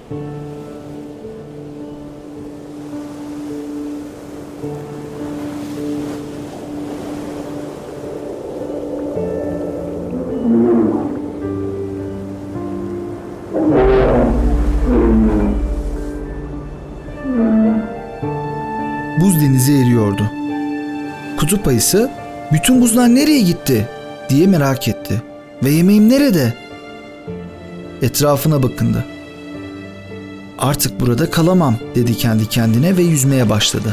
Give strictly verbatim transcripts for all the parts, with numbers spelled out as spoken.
Buz denizi eriyordu. Kutup ayısı "Bütün buzlar nereye gitti?" diye merak etti. "Ve yemeğim nerede?" Etrafına bakındı. "Artık burada kalamam," dedi kendi kendine ve yüzmeye başladı.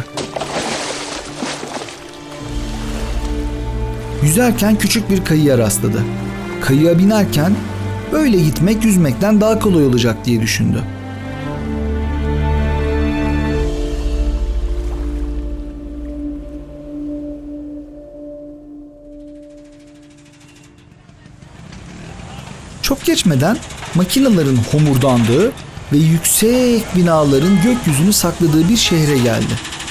Yüzerken küçük bir kayıya rastladı. Kayığa binerken böyle gitmek yüzmekten daha kolay olacak diye düşündü. Çok geçmeden makinelerin homurdandığı ve yüksek binaların gökyüzünü sakladığı bir şehre geldi.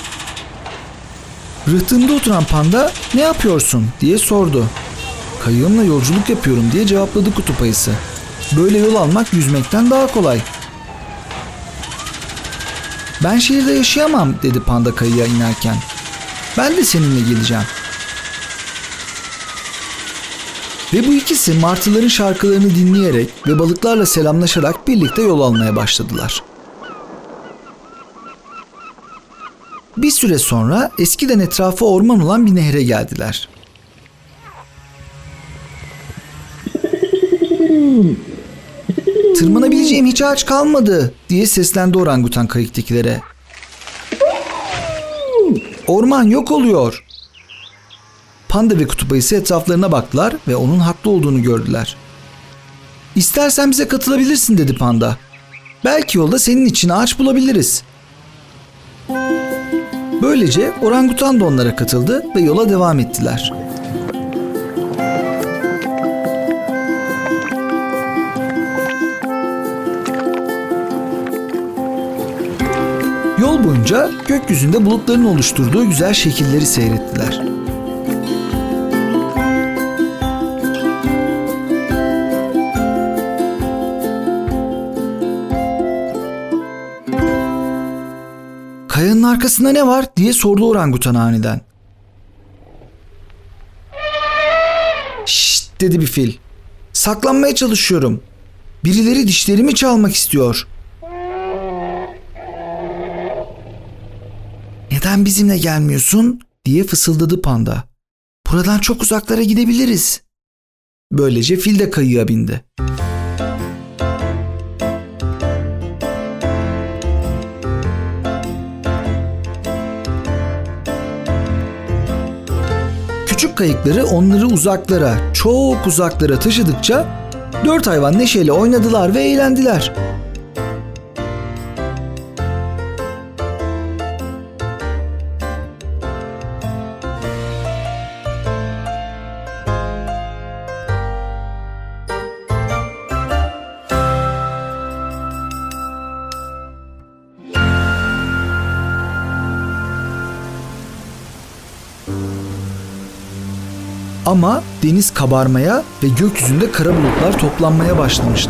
Rıhtımda oturan panda "Ne yapıyorsun?" diye sordu. "Kayığımla yolculuk yapıyorum," diye cevapladı kutup ayısı. "Böyle yol almak yüzmekten daha kolay." "Ben şehirde yaşayamam," dedi panda kayığa inerken. "Ben de seninle geleceğim." Ve bu ikisi martıların şarkılarını dinleyerek ve balıklarla selamlaşarak birlikte yol almaya başladılar. Bir süre sonra eskiden etrafı orman olan bir nehre geldiler. "Tırmanabileceğim hiç ağaç kalmadı," diye seslendi orangutan kayıktakilere. "Orman yok oluyor." Panda ve kutup ayısı etraflarına baktılar ve onun haklı olduğunu gördüler. "İstersen bize katılabilirsin," dedi panda. "Belki yolda senin için ağaç bulabiliriz." Böylece orangutan da onlara katıldı ve yola devam ettiler. Yol boyunca gökyüzünde bulutların oluşturduğu güzel şekilleri seyrettiler. "Kayanın arkasında ne var?" diye sordu orangutan aniden. "Şşt," dedi bir fil. "Saklanmaya çalışıyorum. Birileri dişlerimi çalmak istiyor." "Neden bizimle gelmiyorsun?" diye fısıldadı panda. "Buradan çok uzaklara gidebiliriz." Böylece fil de kayığa bindi. Küçük kayıkları onları uzaklara, çok uzaklara taşıdıkça dört hayvan neşeyle oynadılar ve eğlendiler. Ama deniz kabarmaya ve gökyüzünde kara bulutlar toplanmaya başlamıştı.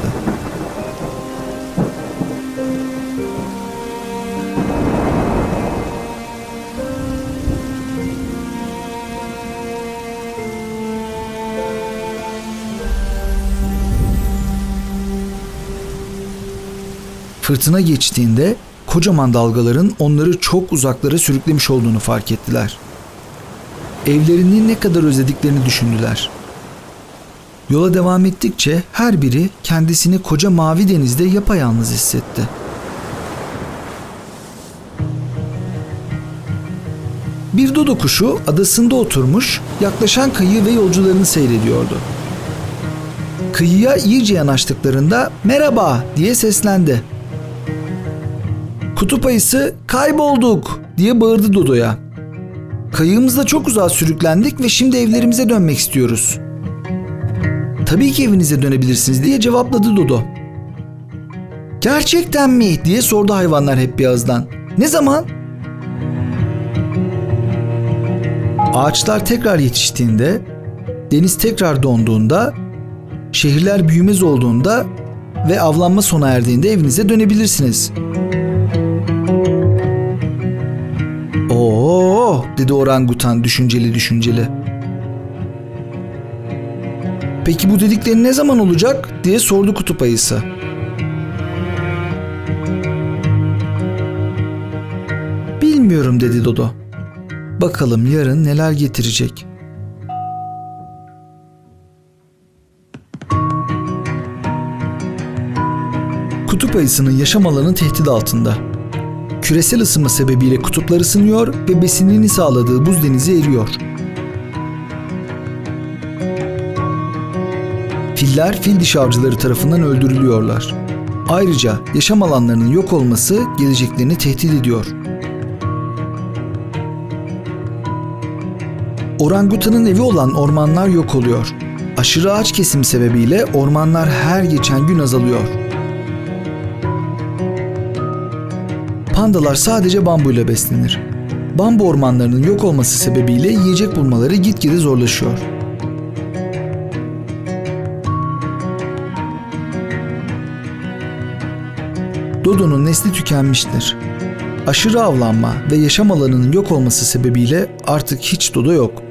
Fırtına geçtiğinde kocaman dalgaların onları çok uzaklara sürüklemiş olduğunu fark ettiler. Evlerini ne kadar özlediklerini düşündüler. Yola devam ettikçe her biri kendisini koca mavi denizde yapayalnız hissetti. Bir dodo kuşu adasında oturmuş, yaklaşan kıyı ve yolcularını seyrediyordu. Kıyıya iyice yanaştıklarında "Merhaba," diye seslendi. Kutup ayısı "Kaybolduk," diye bağırdı dodoya. "Kayığımızla çok uzağa sürüklendik ve şimdi evlerimize dönmek istiyoruz." "Tabii ki evinize dönebilirsiniz," diye cevapladı dodo. "Gerçekten mi?" diye sordu hayvanlar hep bir ağızdan. "Ne zaman?" Ağaçlar tekrar yetiştiğinde, deniz tekrar donduğunda, şehirler büyümez olduğunda ve avlanma sona erdiğinde evinize dönebilirsiniz. Oo, dedi orangutan düşünceli düşünceli. Peki bu dediklerin ne zaman olacak diye sordu kutup ayısı. Bilmiyorum dedi Dodo. Bakalım yarın neler getirecek. Kutup ayısının yaşam alanı tehdit altında. Küresel ısınma sebebiyle kutuplar ısınıyor ve besinini sağladığı buz denizi eriyor. Filler fil dişi avcıları tarafından öldürülüyorlar. Ayrıca yaşam alanlarının yok olması geleceklerini tehdit ediyor. Orangutanın evi olan ormanlar yok oluyor. Aşırı ağaç kesimi sebebiyle ormanlar her geçen gün azalıyor. Pandalar sadece bambuyla beslenir. Bambu ormanlarının yok olması sebebiyle yiyecek bulmaları gitgide zorlaşıyor. Dodo'nun nesli tükenmiştir. Aşırı avlanma ve yaşam alanının yok olması sebebiyle artık hiç dodo yok.